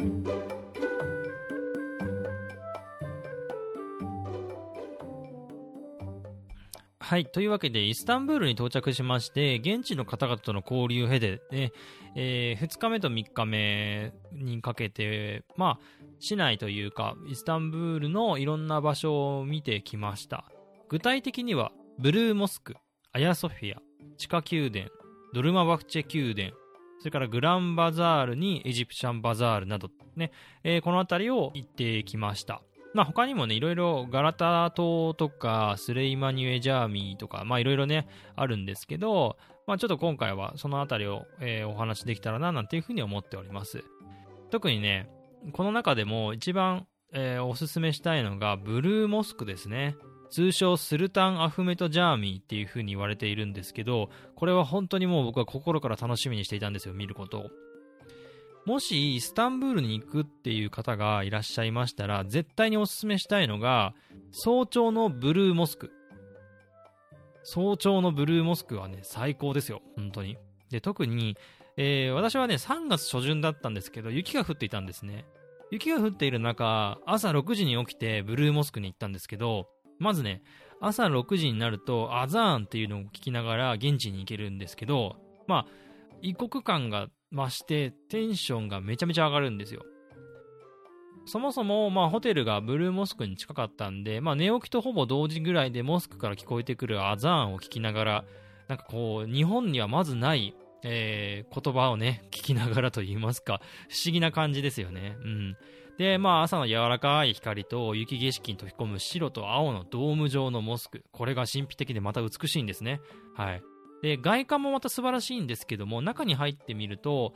はい。というわけで、イスタンブールに到着しまして、現地の方々との交流を経て、ね、2日目と3日目にかけて、まあ、市内というか、イスタンブールのいろんな場所を見てきました。具体的には、ブルーモスク、アヤソフィア、地下宮殿、ドルマバフチェ宮殿、それからグランバザールにエジプシャンバザールなど、ね、この辺りを行ってきました。まあ他にもね、いろいろガラタ島とかスレイマニュエジャーミーとか、まあいろいろね、あるんですけど、まあちょっと今回はそのあたりを、お話できたらな、なんていうふうに思っております。特にね、この中でも一番、おすすめしたいのがブルーモスクですね。通称スルタン・アフメト・ジャーミーっていうふうに言われているんですけど、これは本当にもう僕は心から楽しみにしていたんですよ、見ることを。もしイスタンブールに行くっていう方がいらっしゃいましたら、絶対におすすめしたいのが早朝のブルーモスク。早朝のブルーモスクはね、最高ですよ、本当に。で、特に、私はね、3月初旬だったんですけど、雪が降っていたんですね。雪が降っている中、朝6時に起きてブルーモスクに行ったんですけど、まずね、朝6時になるとアザーンっていうのを聞きながら現地に行けるんですけど、まあ、異国感が増してテンションがめちゃめちゃ上がるんですよ。そもそも、まあ、ホテルがブルーモスクに近かったんで、まあ、寝起きとほぼ同時ぐらいでモスクから聞こえてくるアザーンを聞きながら、なんかこう、日本にはまずない、言葉をね、聞きながらと言いますか、不思議な感じですよね。うん。で、まあ、朝の柔らかい光と雪景色に溶け込む白と青のドーム状のモスク。これが神秘的でまた美しいんですね。はい。で、外観もまた素晴らしいんですけども、中に入ってみると、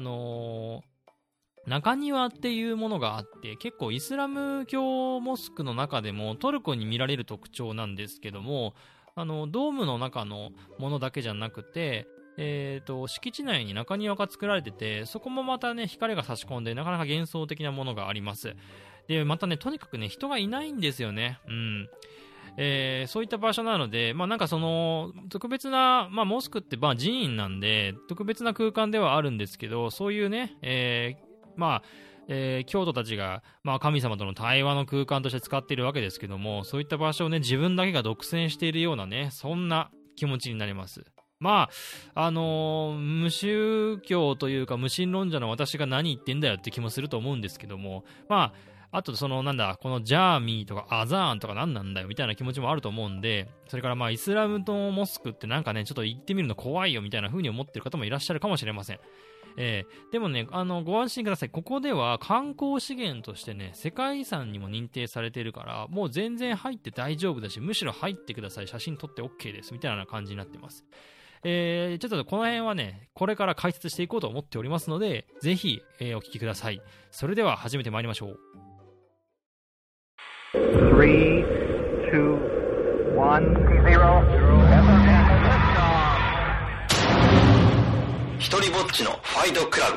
中庭っていうものがあって、結構イスラム教モスクの中でもトルコに見られる特徴なんですけども、ドームの中のものだけじゃなくて、敷地内に中庭が作られてて、そこもまたね、光が差し込んで、なかなか幻想的なものがあります。で、またね、とにかくね、人がいないんですよね。うん。そういった場所なので、まあなんかその、特別な、まあモスクって、まあ寺院なんで、特別な空間ではあるんですけど、そういうね、まあ、教徒たちが、まあ、神様との対話の空間として使っているわけですけども、そういった場所をね、自分だけが独占しているようなね、そんな気持ちになります。まあ、無宗教というか無神論者の私が何言ってんだよって気もすると思うんですけども、まあ、あとそのなんだ、このジャーミーとかアザーンとか何なんだよみたいな気持ちもあると思うんで、それからまあイスラムのモスクってなんかね、ちょっと行ってみるの怖いよみたいな風に思ってる方もいらっしゃるかもしれません。でもね、ご安心ください。ここでは観光資源としてね、世界遺産にも認定されているから、もう全然入って大丈夫だし、むしろ入ってください。写真撮って OK です。みたいな感じになってます。ちょっとこの辺はね、これから解説していこうと思っておりますので、ぜひ、お聞きください。それでは始めてまいりましょう。3、2、1、0。 一人ぼっちのファイトクラブ。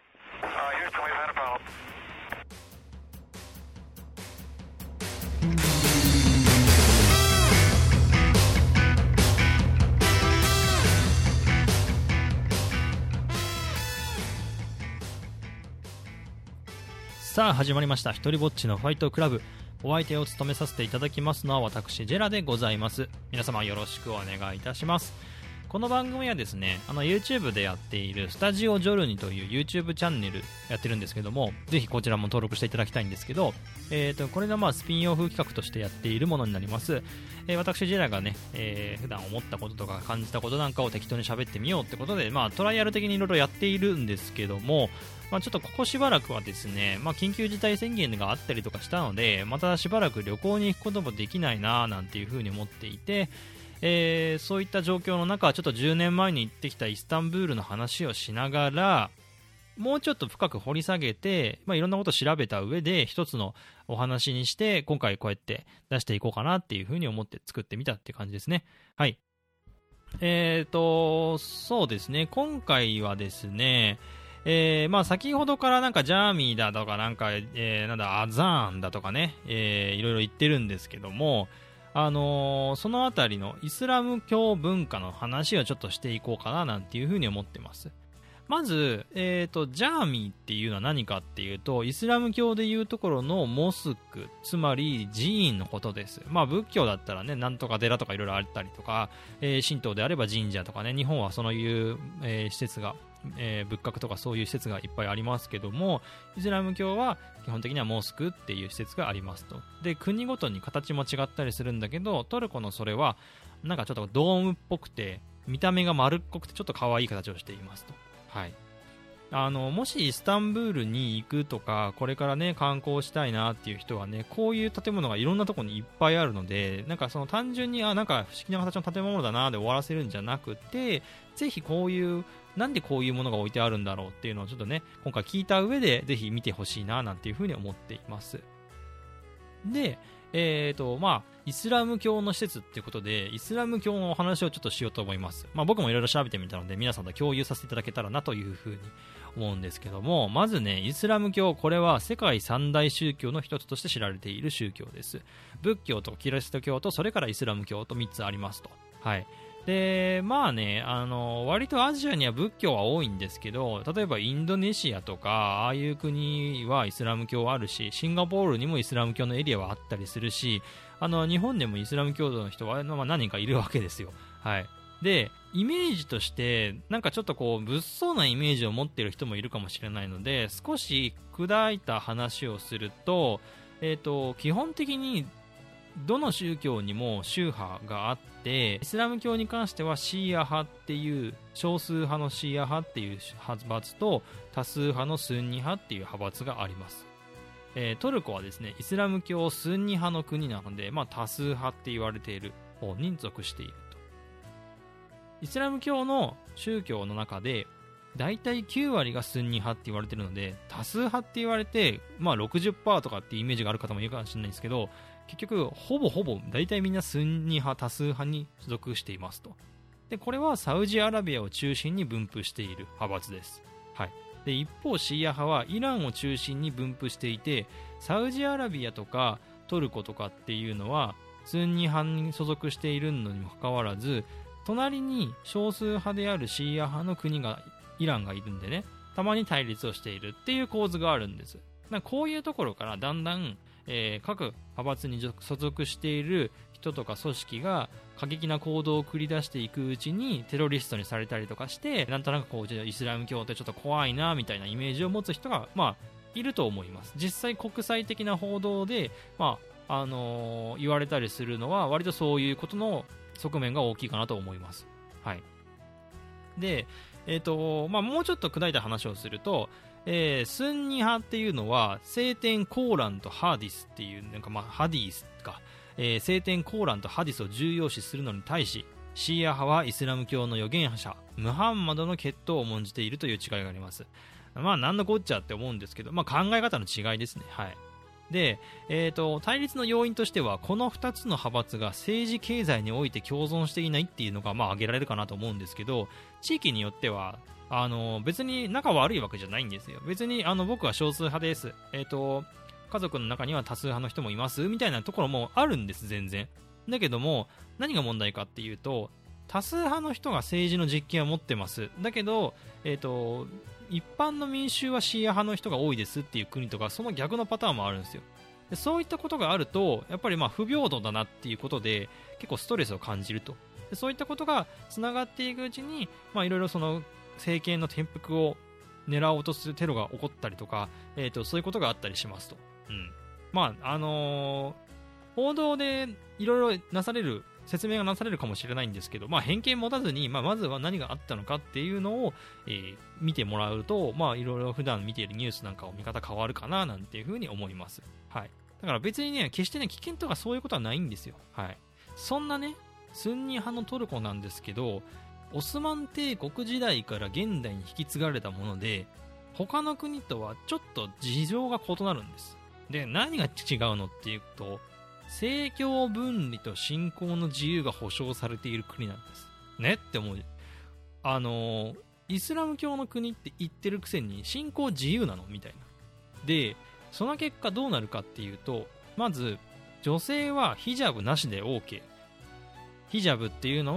さあ始まりました、一人ぼっちのファイトクラブ。お相手を務めさせていただきますのは私ジェラでございます。皆様よろしくお願いいたします。この番組はですね、YouTube でやっているスタジオジョルニという YouTube チャンネルやってるんですけども、ぜひこちらも登録していただきたいんですけど、これがまあスピンオフ企画としてやっているものになります。私ジェラがね、普段思ったこととか感じたことなんかを適当に喋ってみようってことで、まあトライアル的にいろいろやっているんですけども、まあ、ちょっとここしばらくはですね、まあ、緊急事態宣言があったりとかしたので、またしばらく旅行に行くこともできないななんていうふうに思っていて、そういった状況の中、ちょっと10年前に行ってきたイスタンブールの話をしながら、もうちょっと深く掘り下げて、まあ、いろんなことを調べた上で一つのお話にして、今回こうやって出していこうかなっていうふうに思って作ってみたっていう感じですね。はい。そうですね、今回はですね、まあ先ほどからなんかジャーミーだとかなんか、なんだアザーンだとかね、いろいろ言ってるんですけども、そのあたりのイスラム教文化の話をちょっとしていこうかななんていうふうに思ってます。 まず、ジャーミーっていうのは何かっていうと、イスラム教でいうところのモスク、つまり寺院のことです。まあ仏教だったらね、なんとか寺とかいろいろあったりとか、神道であれば神社とかね、日本はそういう、施設が、仏閣とかそういう施設がいっぱいありますけども、イスラム教は基本的にはモスクっていう施設がありますと。で、国ごとに形も違ったりするんだけど、トルコのそれはなんかちょっとドームっぽくて、見た目が丸っこくてちょっと可愛い形をしていますと。はい。もしイスタンブールに行くとか、これからね、観光したいなっていう人はね、こういう建物がいろんなところにいっぱいあるので、なんかその単純に、なんか不思議な形の建物だなで終わらせるんじゃなくて、ぜひこういう、なんでこういうものが置いてあるんだろうっていうのをちょっとね、今回聞いた上で、ぜひ見てほしいな、なんていうふうに思っています。で、まあ、イスラム教の施設っていうことで、イスラム教のお話をちょっとしようと思います。まあ僕もいろいろ調べてみたので、皆さんと共有させていただけたらなというふうに思うんですけども、まずね、イスラム教、これは世界三大宗教の一つとして知られている宗教です。仏教とキリスト教と、それからイスラム教と3つありますと。はい。で、まあね、割とアジアには仏教は多いんですけど、例えばインドネシアとか、ああいう国はイスラム教あるし、シンガポールにもイスラム教のエリアはあったりするし、日本でもイスラム教徒の人は、まあ、何人かいるわけですよ。はい。で、イメージとして、なんかちょっとこう、物騒なイメージを持っている人もいるかもしれないので、少し砕いた話をすると、基本的に、どの宗教にも宗派があって、イスラム教に関してはシーア派っていう少数派のシーア派っていう派閥と多数派のスンニ派っていう派閥があります。トルコはですね、イスラム教スンニ派の国なので、まあ、多数派って言われている方に属していると。イスラム教の宗教の中でだいたい9割がスンニ派って言われているので、多数派って言われて、まあ 60% とかっていうイメージがある方もいるかもしれないんですけど、結局ほぼ大体みんなスンニ派多数派に所属していますと。でこれはサウジアラビアを中心に分布している派閥です。はい。で一方シーア派はイランを中心に分布していて、サウジアラビアとかトルコとかっていうのはスンニ派に所属しているのにもかかわらず、隣に少数派であるシーア派の国がイランがいるんでね、たまに対立をしているっていう構図があるんです。こういうところからだんだん、各派閥に所属している人とか組織が過激な行動を繰り出していくうちにテロリストにされたりとかして、なんとなくこうイスラム教ってちょっと怖いなみたいなイメージを持つ人がまあいると思います。実際国際的な報道でまあ言われたりするのは割とそういうことの側面が大きいかなと思います。はい。で、まあ、もうちょっと砕いた話をすると、スンニ派っていうのは聖典コーランとハディスっていうなんかまあハディスか、聖典コーランとハディスを重要視するのに対し、シーア派はイスラム教の預言者ムハンマドの血統を重んじているという違いがあります。まあ何のこっちゃって思うんですけど、まあ、考え方の違いですね。はい。で、対立の要因としてはこの2つの派閥が政治経済において共存していないっていうのがまあ挙げられるかなと思うんですけど、地域によっては別に仲悪いわけじゃないんですよ。別に僕は少数派です、家族の中には多数派の人もいますみたいなところもあるんです。全然だけども何が問題かっていうと、多数派の人が政治の実権を持ってます。だけど一般の民衆はシーア派の人が多いですっていう国とか、その逆のパターンもあるんですよ。でそういったことがあるとやっぱりまあ不平等だなっていうことで結構ストレスを感じると。でそういったことがつながっていくうちにいろいろその政権の転覆を狙おうとするテロが起こったりとか、そういうことがあったりしますと。まあ報道でいろいろなされる説明がなされるかもしれないんですけど、まあ、偏見持たずに、まずは何があったのかっていうのを、見てもらうと、いろいろ普段見ているニュースなんかを見方変わるかななんていうふうに思います。はい。だから別にね、決してね、危険とかそういうことはないんですよ。はい。そんなね、スンニ派のトルコなんですけど、オスマン帝国時代から現代に引き継がれたもので、他の国とはちょっと事情が異なるんです。で、何が違うのっていうと、政教分離と信仰の自由が保障されている国なんですねって思う。イスラム教の国って言ってるくせに信仰自由なのみたいな。でその結果どうなるかっていうと、まず女性はヒジャブなしで OK。 ヒジャブっていうのは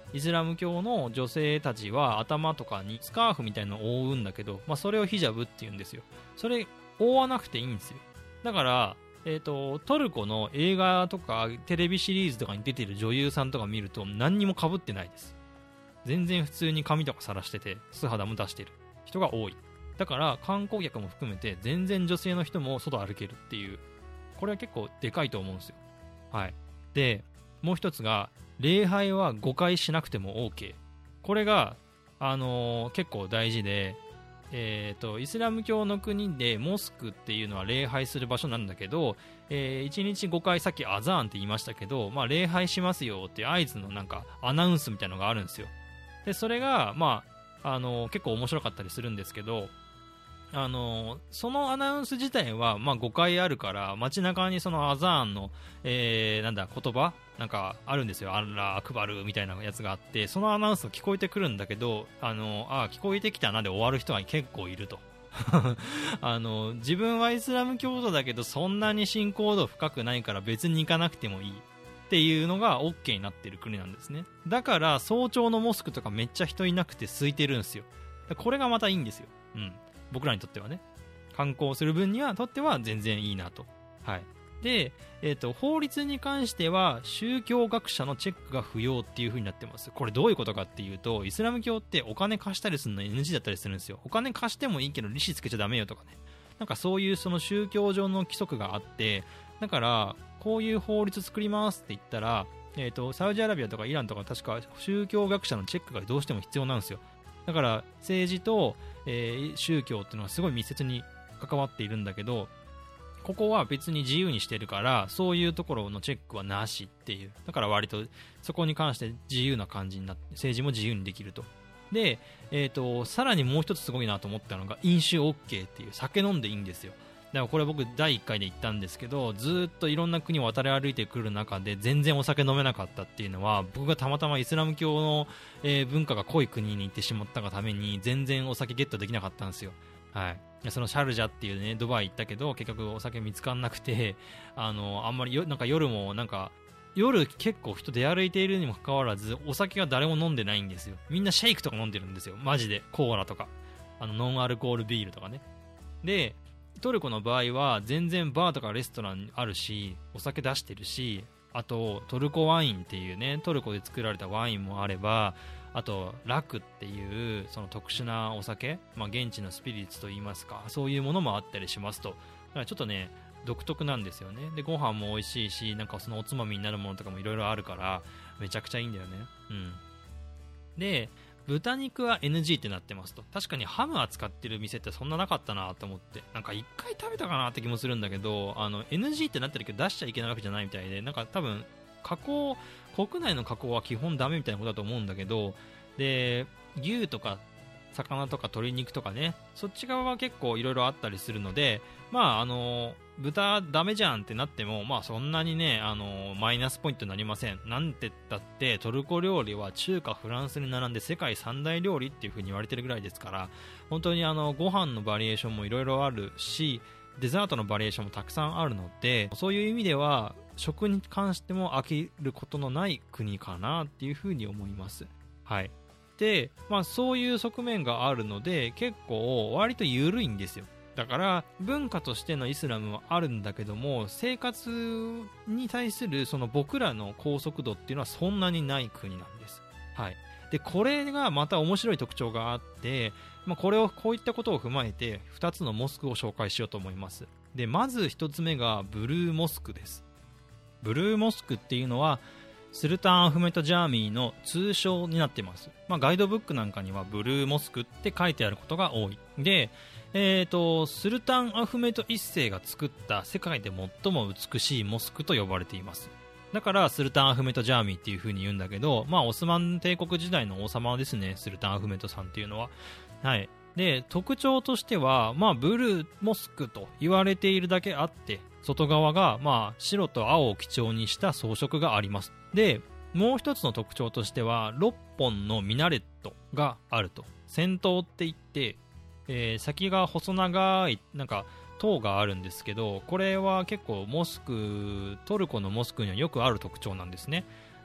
イスラム教の女性たちは頭とかにスカーフみたいなのを覆うんだけど、それをヒジャブって言うんですよ。それ覆わなくていいんですよ。だからトルコの映画とかテレビシリーズとかに出てる女優さんとか見ると何にも被ってないです。全然普通に髪とか晒してて素肌も出してる人が多い。だから観光客も含めて全然女性の人も外歩けるっていう、これは結構でかいと思うんですよ。はい。でもう一つが、礼拝は誤解しなくても OK。 これが結構大事で、イスラム教の国でモスクっていうのは礼拝する場所なんだけど、1日5回、さっきアザーンって言いましたけど、礼拝しますよっていう合図のなんかアナウンスみたいなのがあるんですよ。でそれが、結構面白かったりするんですけど、そのアナウンス自体は誤解あるから、街中にそのアザーンの、言葉なんかあるんですよ。アッラーアクバルみたいなやつがあって、そのアナウンスが聞こえてくるんだけど、聞こえてきたなで終わる人が結構いると。自分はイスラム教徒だけどそんなに信仰度深くないから別に行かなくてもいいっていうのが OK になってる国なんですね。だから早朝のモスクとかめっちゃ人いなくて空いてるんですよ。これがまたいいんですよ。僕らにとってはね、観光する分にはとっては全然いいなと。はい。で、法律に関しては宗教学者のチェックが不要っていう風になってます。これどういうことかっていうと、イスラム教ってお金貸したりするの NG だったりするんですよ。お金貸してもいいけど利子つけちゃダメよとかね、なんかそういうその宗教上の規則があって、だからこういう法律作りますって言ったら、サウジアラビアとかイランとか確か宗教学者のチェックがどうしても必要なんですよ。だから政治と、宗教っていうのはすごい密接に関わっているんだけど、ここは別に自由にしてるから、そういうところのチェックはなしっていう。だから割とそこに関して自由な感じになって、政治も自由にできると。で、さらにもう一つすごいなと思ったのが、飲酒 OK っていう、酒飲んでいいんですよ。だからこれ僕第1回で言ったんですけど、ずっといろんな国を渡り歩いてくる中で全然お酒飲めなかったっていうのは、僕がたまたまイスラム教の、文化が濃い国に行ってしまったがために全然お酒ゲットできなかったんですよ。はい。そのシャルジャっていうね、ドバイ行ったけど結局お酒見つかんなくて、あんまりなんか夜もなんか夜結構人出歩いているにもかかわらずお酒が誰も飲んでないんですよ。みんなシェイクとか飲んでるんですよ、マジで。コーラとかノンアルコールビールとかね。でトルコの場合は全然バーとかレストランあるし、お酒出してるし、あとトルコワインっていうね、トルコで作られたワインもあれば、あとラクっていうその特殊なお酒、現地のスピリッツといいますか、そういうものもあったりしますと。だからちょっとね独特なんですよね。でご飯も美味しいし、なんかそのおつまみになるものとかもいろいろあるからめちゃくちゃいいんだよね。で豚肉は NG ってなってますと。確かにハム扱ってる店ってそんななかったなと思って、なんか1回食べたかなって気もするんだけど、NG ってなってるけど出しちゃいけないわけじゃないみたいで、なんか多分加工、国内の加工は基本ダメみたいなことだと思うんだけど、で牛とか魚とか鶏肉とかね、そっち側は結構いろいろあったりするので、豚ダメじゃんってなっても、そんなにね、マイナスポイントになりません。なんて言ったってトルコ料理は中華フランスに並んで世界三大料理っていう風に言われてるぐらいですから、本当にご飯のバリエーションもいろいろあるし、デザートのバリエーションもたくさんあるので、そういう意味では食に関しても飽きることのない国かなっていう風に思います。はい。で、そういう側面があるので結構割と緩いんですよ。だから文化としてのイスラムはあるんだけども、生活に対するその僕らの拘束度っていうのはそんなにない国なんです。はい。でこれがまた面白い特徴があって、こういったことを踏まえて2つのモスクを紹介しようと思います。でまず1つ目がブルーモスクです。ブルーモスクっていうのはスルタン・アフメト・ジャーミーの通称になっています。ガイドブックなんかにはブルーモスクって書いてあることが多い。で、スルタン・アフメト1世が作った世界で最も美しいモスクと呼ばれています。だからスルタン・アフメト・ジャーミーっていう風に言うんだけど、オスマン帝国時代の王様ですね、スルタン・アフメトさんっていうのは。はい。で特徴としては、ブルーモスクと言われているだけあって、外側が白と青を基調にした装飾があります。でもう一つの特徴としては6本のミナレットがあると。尖塔って言って、先が細長いなんか塔があるんですけど、これは結構トルコのモスクにはよくある特徴なんですね。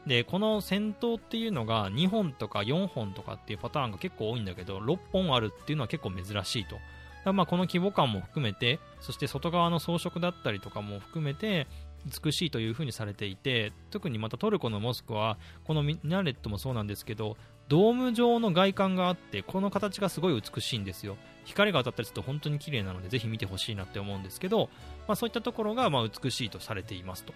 でこの戦闘っていうのが2本とか4本とかっていうパターンが結構多いんだけど、6本あるっていうのは結構珍しいと。だからまあこの規模感も含めて、そして外側の装飾だったりとかも含めて美しいという風にされていて、特にまたトルコのモスクはこのミナレットもそうなんですけど、ドーム状の外観があって、この形がすごい美しいんですよ。光が当たったりすると本当に綺麗なのでぜひ見てほしいなって思うんですけど、まあ、そういったところがまあ美しいとされていますと。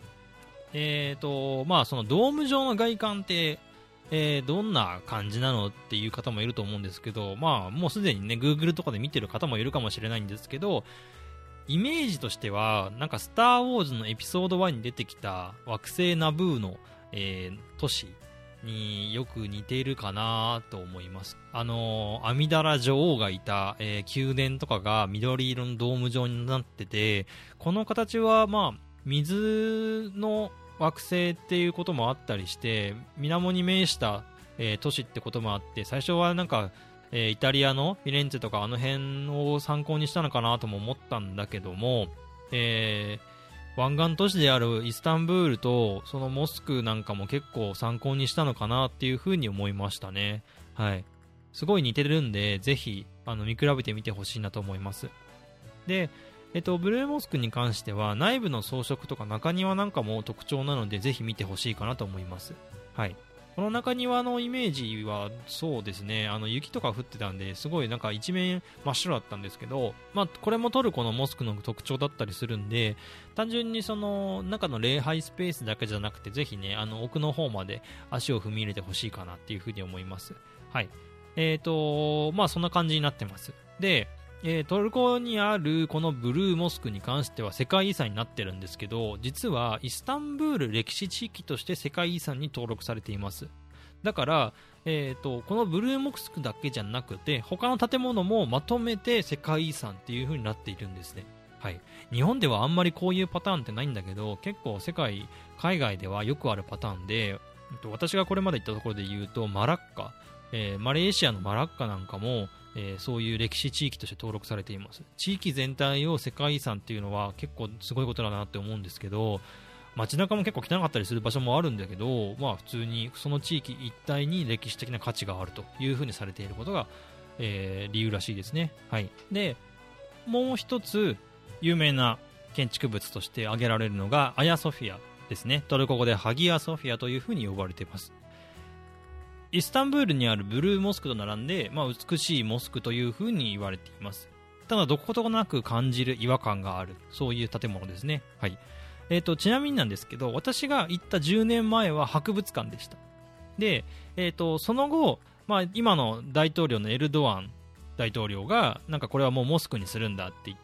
まあそのドーム状の外観って、どんな感じなのっていう方もいると思うんですけど、まあもうすでにね Google とかで見てる方もいるかもしれないんですけど、イメージとしてはなんかスターウォーズのエピソード1に出てきた惑星ナブーの、都市によく似ているかなと思います。アミダラ女王がいた、宮殿とかが緑色のドーム状になってて、この形はまあ水の惑星っていうこともあったりして、水面に面した、都市ってこともあって、最初はなんか、イタリアのフィレンツェとかあの辺を参考にしたのかなとも思ったんだけども、湾岸都市であるイスタンブールとそのモスクなんかも結構参考にしたのかなっていうふうに思いましたね。はい。すごい似てるんで、ぜひ見比べてみてほしいなと思います。で、ブルーモスクに関しては内部の装飾とか中庭なんかも特徴なので、ぜひ見てほしいかなと思います。はい。この中庭のイメージはそうですね、雪とか降ってたんですごいなんか一面真っ白だったんですけど、まあこれもトルコのモスクの特徴だったりするんで、単純にその中の礼拝スペースだけじゃなくて、ぜひね奥の方まで足を踏み入れてほしいかなっていうふうに思います。はい。まあそんな感じになってます。で、トルコにあるこのブルーモスクに関しては世界遺産になってるんですけど、実はイスタンブール歴史地域として世界遺産に登録されています。だから、このブルーモスクだけじゃなくて他の建物もまとめて世界遺産っていう風になっているんですね。はい。日本ではあんまりこういうパターンってないんだけど、結構海外ではよくあるパターンで、私がこれまで行ったところで言うとマラッカ、マレーシアのマラッカなんかもそういう歴史地域として登録されています。地域全体を世界遺産っていうのは結構すごいことだなって思うんですけど、街中も結構汚かったりする場所もあるんだけど、まあ普通にその地域一帯に歴史的な価値があるというふうにされていることが、理由らしいですね。はい。で、もう一つ有名な建築物として挙げられるのがアヤソフィアですね。トルコ語でハギアソフィアというふうに呼ばれています。イスタンブールにあるブルーモスクと並んで、まあ、美しいモスクという風に言われています。ただどことなく感じる違和感がある、そういう建物ですね。はい。ちなみになんですけど、私が行った10年前は博物館でした。で、その後、まあ、今の大統領のエルドアン大統領がなんかこれはもうモスクにするんだって言って、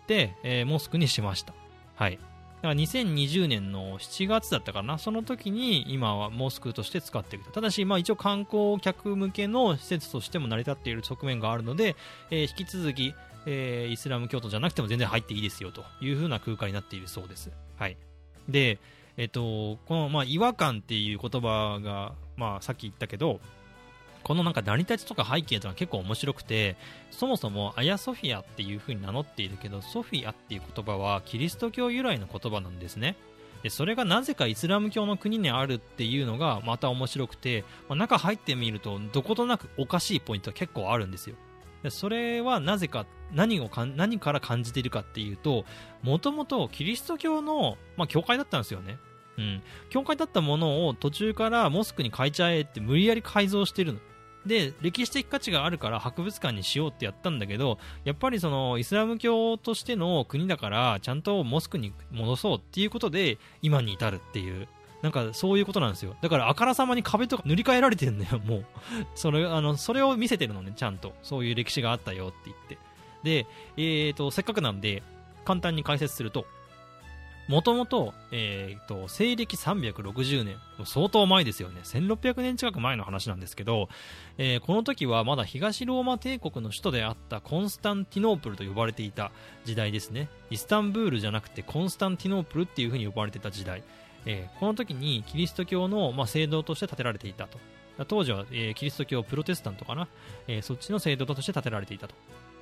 モスクにしました。はい。だから2020年の7月だったかな、その時に今はモスクとして使っていると。ただし、まあ、一応観光客向けの施設としても成り立っている側面があるので、引き続き、イスラム教徒じゃなくても全然入っていいですよという風な空間になっているそうです。はい。で、この、まあ、違和感っていう言葉が、まあ、さっき言ったけど、このなんか成り立ちとか背景とか結構面白くて、そもそもアヤソフィアっていう風に名乗っているけど、ソフィアっていう言葉はキリスト教由来の言葉なんですね。でそれがなぜかイスラム教の国にあるっていうのがまた面白くて、まあ、中入ってみるとどことなくおかしいポイントが結構あるんですよ。でそれはなぜか何から感じているかっていうと、もともとキリスト教の、まあ、教会だったんですよね。うん、教会だったものを途中からモスクに変えちゃえって無理やり改造してるので、歴史的価値があるから博物館にしようってやったんだけど、やっぱりそのイスラム教としての国だからちゃんとモスクに戻そうっていうことで今に至るっていう、なんかそういうことなんですよ。だからあからさまに壁とか塗り替えられてるんだよ。もうそれを見せてるのね、ちゃんとそういう歴史があったよって言って。で、せっかくなんで簡単に解説すると、もともと、西暦360年、相当前ですよね。1600年近く前の話なんですけど、この時はまだ東ローマ帝国の首都であったコンスタンティノープルと呼ばれていた時代ですね。イスタンブールじゃなくてコンスタンティノープルっていう風に呼ばれていた時代。この時にキリスト教の、まあ、聖堂として建てられていたと。当時は、キリスト教プロテスタントかな、そっちの聖堂として建てられていたと。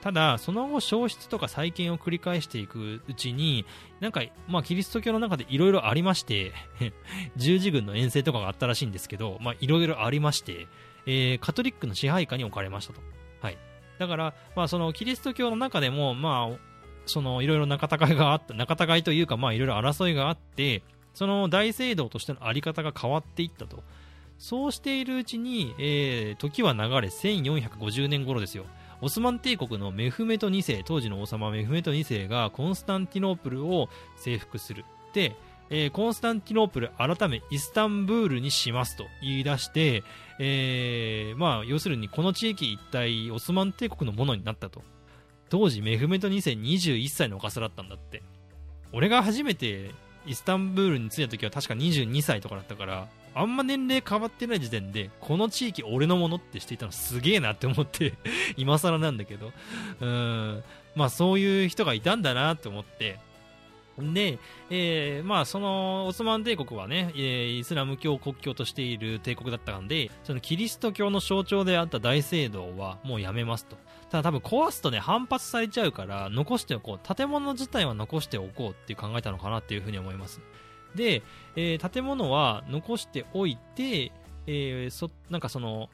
ただその後消失とか再建を繰り返していくうちになんか、キリスト教の中でいろいろありまして十字軍の遠征とかがあったらしいんですけど、いろいろありまして、カトリックの支配下に置かれましたと。はい。だから、そのキリスト教の中でも、そのいろいろ仲違いというか、いろいろ争いがあって、その大聖堂としてのあり方が変わっていったと。そうしているうちに、時は流れ1450年頃ですよ。オスマン帝国のメフメト2世、当時の王様メフメト2世がコンスタンティノープルを征服する。で、コンスタンティノープル改めイスタンブールにしますと言い出して、要するにこの地域一帯オスマン帝国のものになったと。当時メフメト2世21歳の若さだったんだって。俺が初めてイスタンブールに着いた時は確か22歳とかだったから、あんま年齢変わってない時点でこの地域俺のものってしていたのすげえなって思って今更なんだけど、そういう人がいたんだなって思って、で、そのオスマン帝国はね、イスラム教を国教としている帝国だったんで、そのキリスト教の象徴であった大聖堂はもうやめますと。ただ多分壊すとね反発されちゃうから残しておこう、建物自体は残しておこうっていう考えたのかなっていうふうに思います。で、建物は残しておいて、なんかその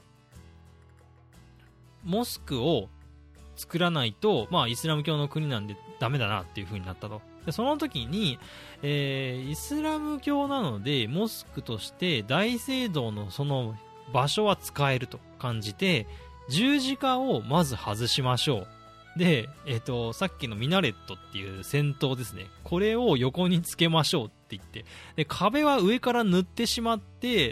モスクを作らないと、イスラム教の国なんでダメだなっていう風になったと。でその時に、イスラム教なのでモスクとして大聖堂のその場所は使えると感じて、十字架をまず外しましょう。で、さっきのミナレットっていう先頭ですね。これを横につけましょうって言って。で、壁は上から塗ってしまって、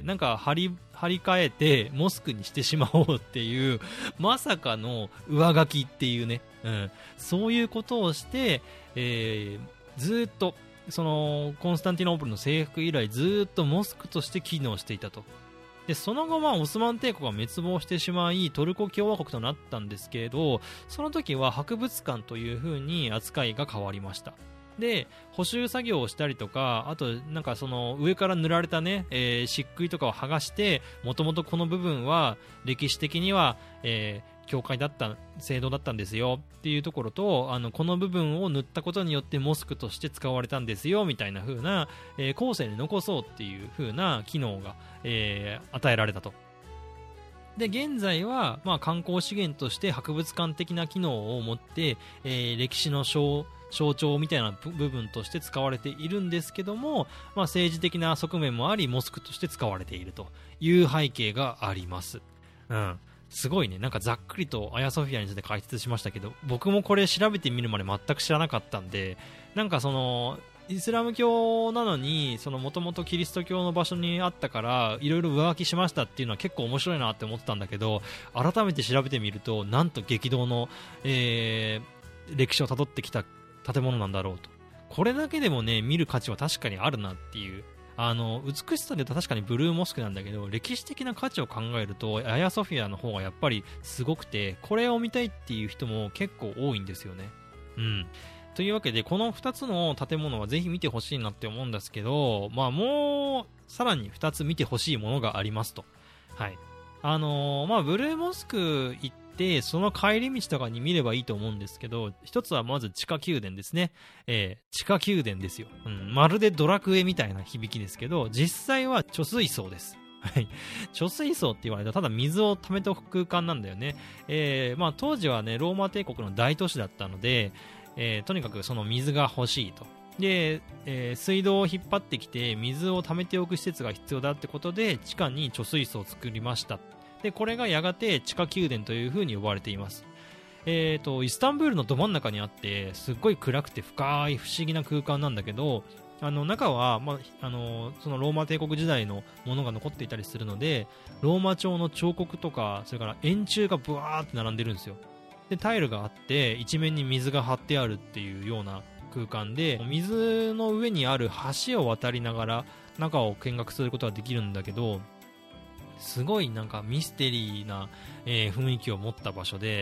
なんか張り替えてモスクにしてしまおうっていう、まさかの上書きっていうね。そういうことをして、ずっと、その、コンスタンティノープルの征服以来ずっとモスクとして機能していたと。でその後オスマン帝国が滅亡してしまいトルコ共和国となったんですけれど、その時は博物館という風に扱いが変わりました。で補修作業をしたりとか、あとなんかその上から塗られたね、漆喰とかを剥がして、もともとこの部分は歴史的には、教会だった聖堂だったんですよっていうところと、この部分を塗ったことによってモスクとして使われたんですよみたいな風な、後世に残そうっていう風な機能が、与えられたと。で現在は、観光資源として博物館的な機能を持って、歴史の象徴みたいな部分として使われているんですけども、政治的な側面もありモスクとして使われているという背景があります。すごいね。なんかざっくりとアヤソフィアについて解説しましたけど、僕もこれ調べてみるまで全く知らなかったんで、なんかそのイスラム教なのにもともとキリスト教の場所にあったからいろいろ上書きしましたっていうのは結構面白いなって思ってたんだけど、改めて調べてみるとなんと激動の、歴史をたどってきた建物なんだろうと。これだけでもね見る価値は確かにあるなっていう。美しさで言うと確かにブルーモスクなんだけど、歴史的な価値を考えるとアヤソフィアの方がやっぱりすごくて、これを見たいっていう人も結構多いんですよね。というわけでこの2つの建物はぜひ見てほしいなって思うんですけど、もうさらに2つ見てほしいものがありますと。はい。ブルーモスク行ってその帰り道とかに見ればいいと思うんですけど、一つはまず地下宮殿ですね。地下宮殿ですよ。まるでドラクエみたいな響きですけど、実際は貯水槽です。はい。貯水槽って言われたらただ水を溜めておく空間なんだよね。当時はねローマ帝国の大都市だったので、とにかくその水が欲しいと。で、水道を引っ張ってきて水を溜めておく施設が必要だってことで地下に貯水槽を作りました。でこれがやがて地下宮殿という風に呼ばれています。イスタンブールのど真ん中にあってすっごい暗くて深い不思議な空間なんだけど、中は、そのローマ帝国時代のものが残っていたりするので、ローマ朝の彫刻とかそれから円柱がブワーって並んでるんですよ。でタイルがあって一面に水が張ってあるっていうような空間で、水の上にある橋を渡りながら中を見学することができるんだけど、すごいなんかミステリーな、雰囲気を持った場所で、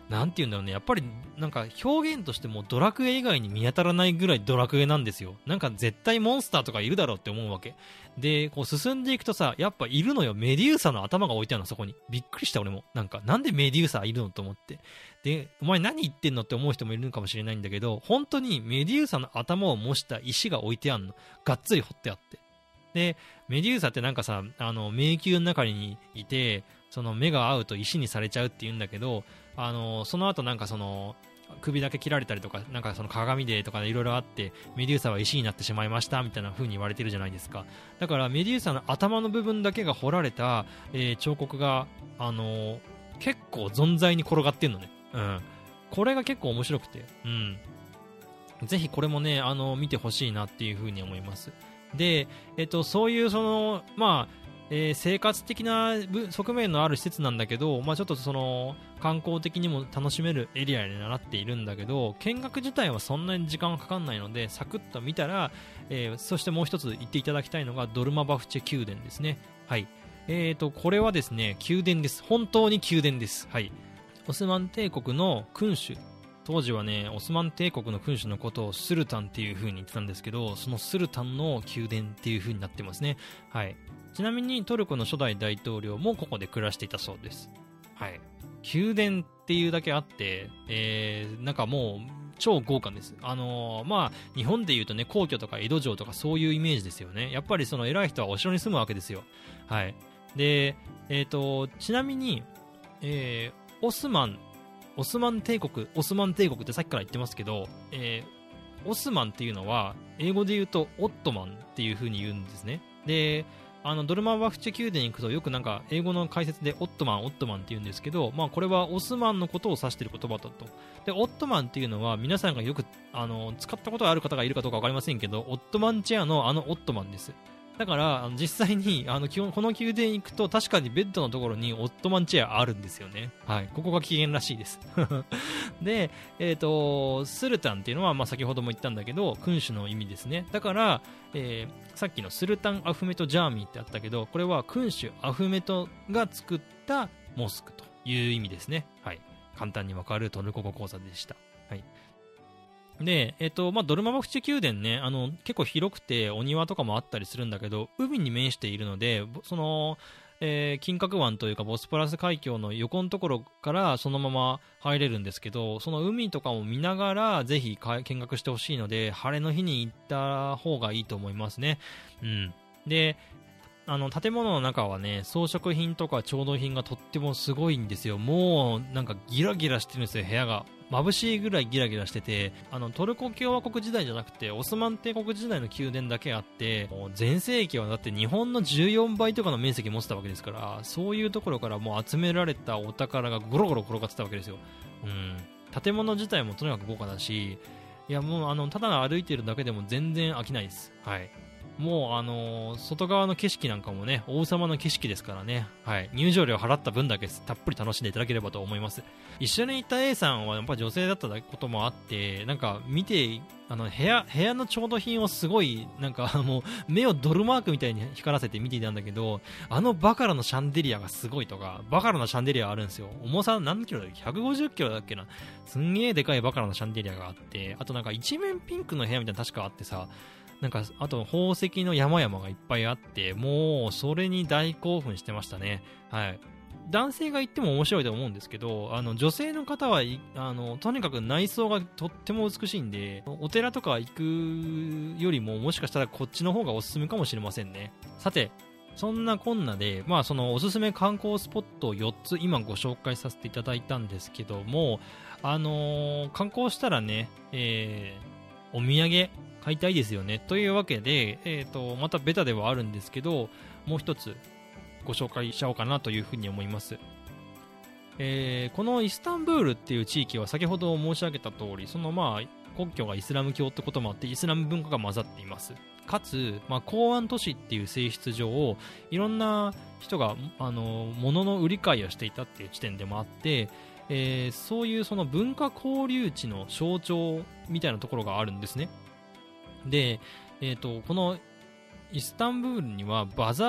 なんて言うんだろうね、やっぱりなんか表現としてもドラクエ以外に見当たらないぐらいドラクエなんですよ。なんか絶対モンスターとかいるだろうって思うわけで、こう進んでいくとさ、やっぱいるのよ。メデューサの頭が置いてあるの、そこに。びっくりした俺も。なんでメデューサいるのと思って。で、お前何言ってんのって思う人もいるのかもしれないんだけど、本当にメデューサの頭を模した石が置いてあるの。がっつり掘ってあって。で、メデューサってなんかさ、迷宮の中にいて、その目が合うと石にされちゃうって言うんだけど、その後なんかその、首だけ切られたりとか、なんかその鏡でとかいろいろあって、メデューサは石になってしまいましたみたいな風に言われてるじゃないですか。だからメデューサの頭の部分だけが彫られた、彫刻が、結構存在に転がってんのね。うん。これが結構面白くて、うん。ぜひこれもね、見てほしいなっていう風に思います。で、そういうその、まあ、生活的な側面のある施設なんだけど、まあ、ちょっとその観光的にも楽しめるエリアになっているんだけど、見学自体はそんなに時間かかんないのでサクッと見たら、そしてもう一つ言っていただきたいのがドルマバフチェ宮殿ですね。はい。これはですね、宮殿です。本当に宮殿です。はい。オスマン帝国の君主、当時はね、オスマン帝国の君主のことをスルタンっていう風に言ってたんですけど、そのスルタンの宮殿っていう風になってますね。はい。ちなみにトルコの初代大統領もここで暮らしていたそうです。はい。宮殿っていうだけあって、なんかもう超豪華です。まあ、日本で言うとね、皇居とか江戸城とかそういうイメージですよね。やっぱりその偉い人はお城に住むわけですよ。はい。で、ちなみに、オスマン帝国ってさっきから言ってますけど、オスマンっていうのは、英語で言うとオットマンっていう風に言うんですね。で、ドルマバフチェ宮殿に行くとよくなんか英語の解説でオットマンって言うんですけど、まあこれはオスマンのことを指している言葉だと。で、オットマンっていうのは皆さんがよく使ったことがある方がいるかどうかわかりませんけど、オットマンチェアのオットマンです。だから実際にこの宮殿に行くと確かにベッドのところにオットマンチェアあるんですよね。はい。ここが起源らしいです。で、スルタンっていうのは、まあ、先ほども言ったんだけど、君主の意味ですね。だから、さっきのスルタン・アフメト・ジャーミーってあったけど、これは君主アフメトが作ったモスクという意味ですね。はい。簡単にわかるトルコ語講座でした。はい。で、まあ、ドルマバフチェ宮殿ね、結構広くてお庭とかもあったりするんだけど、海に面しているので、その、金閣湾というかボスポラス海峡の横のところからそのまま入れるんですけど、その海とかも見ながらぜひ見学してほしいので、晴れの日に行った方がいいと思いますね。うん。で、建物の中はね、装飾品とか調度品がとってもすごいんですよ。もう、なんかギラギラしてるんですよ、部屋が。眩しいぐらいギラギラしてて、トルコ共和国時代じゃなくて、オスマン帝国時代の宮殿だけあって、もう全盛期はだって日本の14倍とかの面積持ってたわけですから、そういうところからもう集められたお宝がゴロゴロ転がってたわけですよ。うん。建物自体もとにかく豪華だし、いやもうただ歩いてるだけでも全然飽きないです。はい。もう外側の景色なんかもね、王様の景色ですからね。はい。入場料払った分だけたっぷり楽しんでいただければと思います。一緒にいた A さんはやっぱ女性だったこともあって、なんか見て、部屋の調度品をすごい、なんかもう目をドルマークみたいに光らせて見ていたんだけど、バカラのシャンデリアがすごいとか、バカラのシャンデリアあるんですよ。重さ何キロだっけ ?150 キロだっけな。すんげーでかいバカラのシャンデリアがあって、あとなんか一面ピンクの部屋みたいな確かあってさ、なんか、あと宝石の山々がいっぱいあって、もう、それに大興奮してましたね。はい。男性が行っても面白いと思うんですけど、女性の方はとにかく内装がとっても美しいんで、お寺とか行くよりも、もしかしたらこっちの方がおすすめかもしれませんね。さて、そんなこんなで、まあ、そのおすすめ観光スポットを4つ今ご紹介させていただいたんですけども、観光したらね、お土産、買いたいですよね。というわけで、またベタではあるんですけど、もう一つご紹介しちゃおうかなというふうに思います。このイスタンブールっていう地域は先ほど申し上げた通り、そのまあ、国拠がイスラム教ってこともあって、イスラム文化が混ざっています。かつ、まあ、港湾都市っていう性質上、いろんな人が、物の売り買いをしていたっていう地点でもあって、そういうその文化交流地の象徴みたいなところがあるんですね。で、このイスタンブールにはバザールっ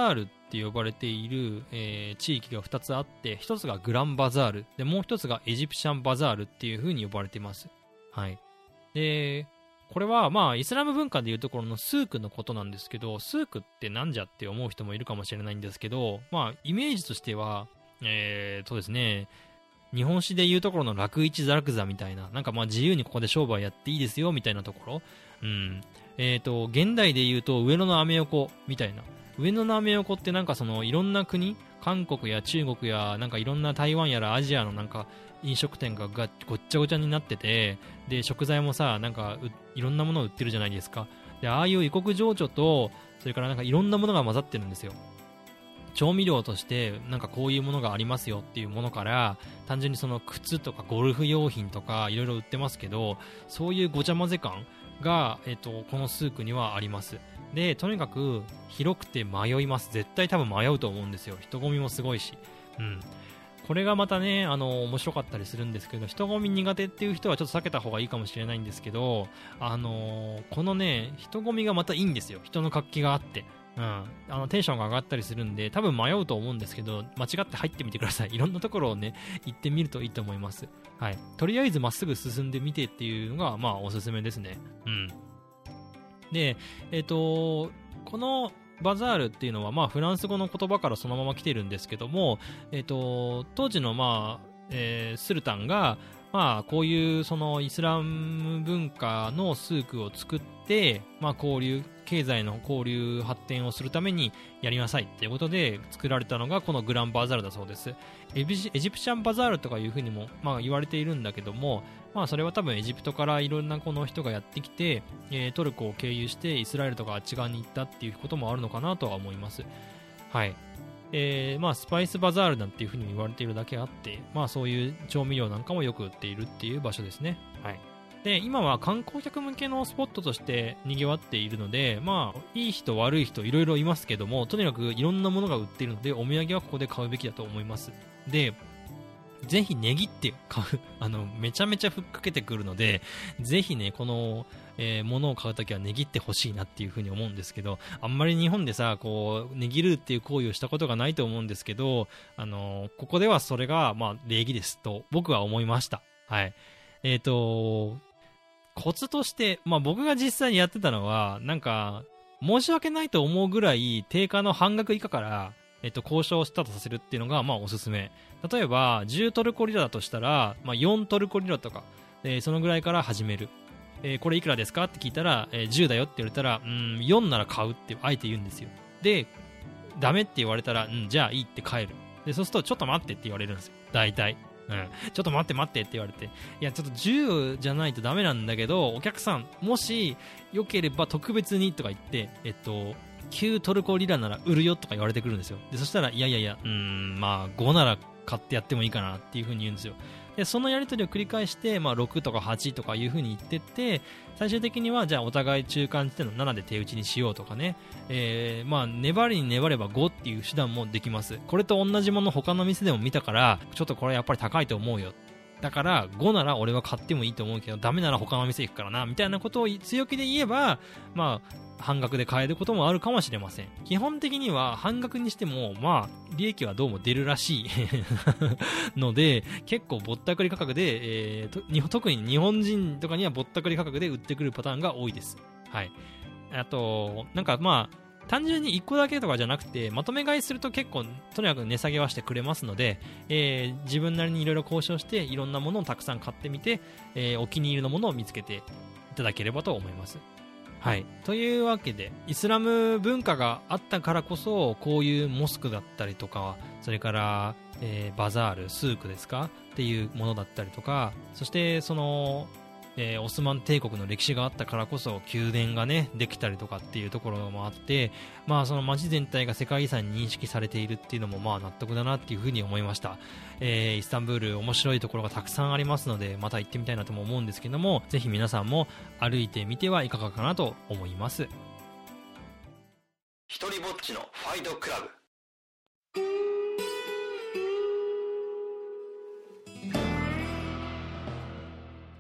って呼ばれている、地域が2つあって、1つがグランバザールで、もう1つがエジプシャンバザールっていう風に呼ばれています。はい。で、これはまあイスラム文化でいうところのスークのことなんですけど、スークってなんじゃって思う人もいるかもしれないんですけど、まあイメージとしては、ですね、日本史でいうところの楽市ザラクザみたいな、なんかまあ自由にここで商売やっていいですよみたいなところ。うん。現代でいうと上野のアメ横みたいな。上野のアメ横ってなんかそのいろんな国、韓国や中国やなんかいろんな台湾やらアジアのなんか飲食店がごっちゃごちゃになってて、で、食材もさ、なんかいろんなものを売ってるじゃないですか。で、ああいう異国情緒と、それからなんかいろんなものが混ざってるんですよ。調味料としてなんかこういうものがありますよっていうものから、単純にその靴とかゴルフ用品とかいろいろ売ってますけど、そういうごちゃ混ぜ感が、このスークにはあります。で、とにかく広くて迷います。絶対多分迷うと思うんですよ。人混みもすごいし。うん。これがまたね、面白かったりするんですけど、人混み苦手っていう人はちょっと避けた方がいいかもしれないんですけど、このね、人混みがまたいいんですよ。人の活気があって。うん。テンションが上がったりするんで、多分迷うと思うんですけど、間違って入ってみてください。いろんなところをね、行ってみるといいと思います。はい。とりあえずまっすぐ進んでみてっていうのが、まあ、おすすめですね。うん。で、このバザールっていうのは、まあ、フランス語の言葉からそのまま来てるんですけども、当時の、まあ、スルタンが、まあ、こういうそのイスラム文化のスークを作って、まあ、経済の交流発展をするためにやりなさいっていうことで作られたのがこのグランバザールだそうです。エジプシャンバザールとかいうふうにも、まあ、言われているんだけども、まあ、それは多分エジプトからいろんなこの人がやってきて、トルコを経由してイスラエルとかあっち側に行ったっていうこともあるのかなとは思います。はい。まあ、スパイスバザールなんていうふうに言われているだけあって、まあ、そういう調味料なんかもよく売っているっていう場所ですね。はい。で、今は観光客向けのスポットとして賑わっているので、まあ、いい人悪い人いろいろいますけども、とにかくいろんなものが売っているので、お土産はここで買うべきだと思います。で、ぜひ値切って買う。めちゃめちゃふっかけてくるので、ぜひね、この、物を買うときは値切ってほしいなっていうふうに思うんですけど、あんまり日本でさ、こう、値切るっていう行為をしたことがないと思うんですけど、ここではそれが、まあ、礼儀ですと、僕は思いました。はい。コツとして、まあ僕が実際にやってたのは、なんか、申し訳ないと思うぐらい定価の半額以下から、交渉をスタートさせるっていうのが、まあおすすめ。例えば、10トルコリラだとしたら、まあ4トルコリラとか、そのぐらいから始める。これいくらですかって聞いたら、10だよって言われたら、4なら買うってあえて言うんですよ。で、ダメって言われたら、じゃあいいって帰る。で、そうすると、ちょっと待ってって言われるんですよ。大体。ちょっと待ってって言われて、いや、ちょっと10じゃないとダメなんだけど、お客さん、もし、よければ特別にとか言って、9トルコリラなら売るよとか言われてくるんですよ。で、そしたら、いや、まあ、5なら買ってやってもいいかなっていう風に言うんですよ。で、そのやり取りを繰り返して、まあ、6とか8とかいう風に言ってって、最終的には、じゃあお互い中間地点の7で手打ちにしようとかね。まあ、粘りに粘れば5っていう手段もできます。これと同じもの他の店でも見たから、ちょっとこれやっぱり高いと思うよ。だから、5なら俺は買ってもいいと思うけど、ダメなら他の店行くからな、みたいなことを強気で言えば、まあ、半額で買えることもあるかもしれません。基本的には半額にしても、まあ、利益はどうも出るらしいので、結構ぼったくり価格で、特に日本人とかにはぼったくり価格で売ってくるパターンが多いです。はい。あと、なんかまあ、単純に1個だけとかじゃなくて、まとめ買いすると結構、とにかく値下げはしてくれますので、自分なりにいろいろ交渉して、いろんなものをたくさん買ってみて、お気に入りのものを見つけていただければと思います。はい。というわけで、イスラム文化があったからこそ、こういうモスクだったりとか、それから、バザール、スークですかっていうものだったりとか、そしてその、オスマン帝国の歴史があったからこそ宮殿がねできたりとかっていうところもあって、まあその街全体が世界遺産に認識されているっていうのもまあ納得だなっていうふうに思いました。イスタンブール面白いところがたくさんありますので、また行ってみたいなとも思うんですけども、ぜひ皆さんも歩いてみてはいかがかなと思います。 一人ぼっちのファイトクラブ。 は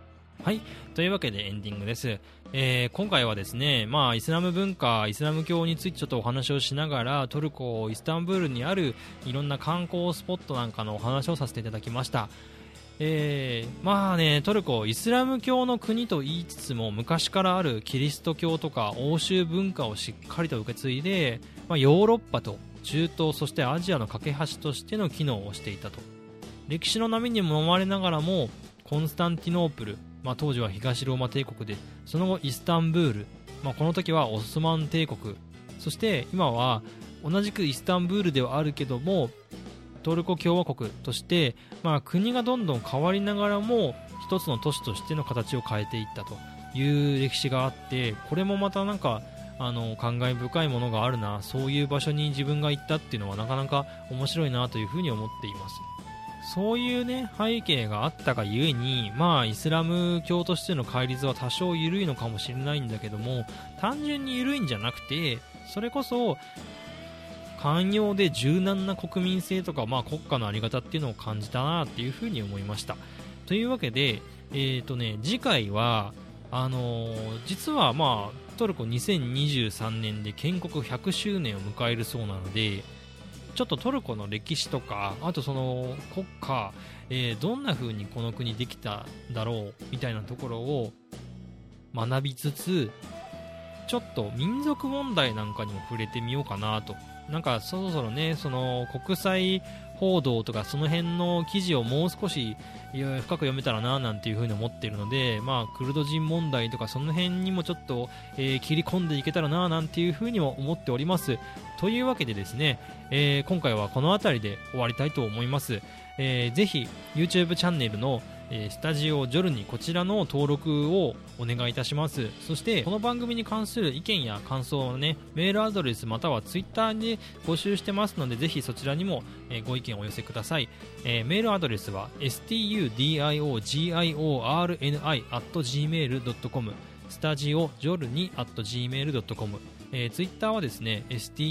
はい、というわけでエンディングです。今回はですね、イスラム文化、イスラム教についてちょっとお話をしながら、トルコイスタンブールにあるいろんな観光スポットなんかのお話をさせていただきました。トルコイスラム教の国と言いつつも、昔からあるキリスト教とか欧州文化をしっかりと受け継いで、ヨーロッパと中東、そしてアジアの架け橋としての機能をしていたと。歴史の波にも揉まれながらも、コンスタンティノープル、当時は東ローマ帝国で、その後イスタンブール、この時はオスマン帝国、そして今は同じくイスタンブールではあるけどもトルコ共和国として、国がどんどん変わりながらも一つの都市としての形を変えていったという歴史があって、これもまたなんか感慨深いものがあるな、そういう場所に自分が行ったっていうのはなかなか面白いなというふうに思っています。そういうね背景があったがゆえに、イスラム教としての戒律は多少緩いのかもしれないんだけども、単純に緩いんじゃなくて、それこそ寛容で柔軟な国民性とか、国家の在り方っていうのを感じたなっていうふうに思いました。というわけで、次回は実はトルコ2023年で建国100周年を迎えるそうなので、ちょっとトルコの歴史とか、あとその国家、どんな風にこの国できただろうみたいなところを学びつつ、ちょっと民族問題なんかにも触れてみようかなと。なんかそろそろね、その国際報道とかその辺の記事をもう少し深く読めたらななんていう風に思っているので、クルド人問題とかその辺にもちょっと、切り込んでいけたらななんていう風にも思っております。というわけでですね、今回はこの辺りで終わりたいと思います。ぜひ YouTube チャンネルのスタジオジョルニ、こちらの登録をお願いいたします。そしてこの番組に関する意見や感想をね、メールアドレスまたは Twitter で募集してますので、ぜひそちらにもご意見をお寄せください。メールアドレスは studiogorni@gmail.com スタジオジョルニ @gmail.com、ツイッターはですね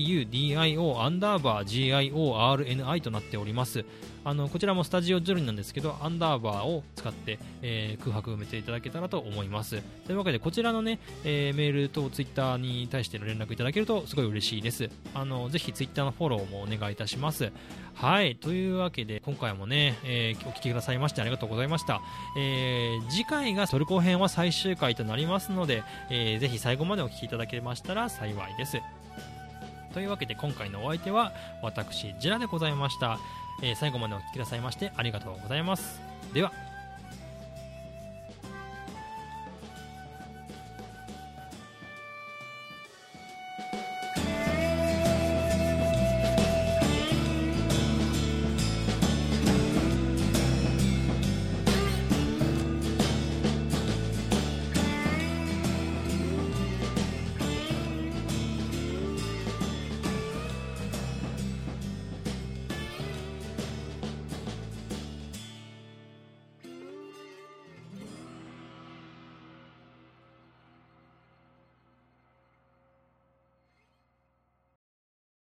studio_GIORNI となっております。こちらもスタジオジョルニなんですけど、アンダーバーを使って、空白埋めていただけたらと思います。というわけでこちらのね、メールとツイッターに対しての連絡いただけるとすごい嬉しいです。ぜひツイッターのフォローもお願いいたします。はい、というわけで今回もね、お聞きくださいましてありがとうございました。次回がトルコ編は最終回となりますので、ぜひ最後までお聞きいただけましたら幸いです。というわけで今回のお相手は私ジェラでございました。最後までお聞きくださいましてありがとうございます。では。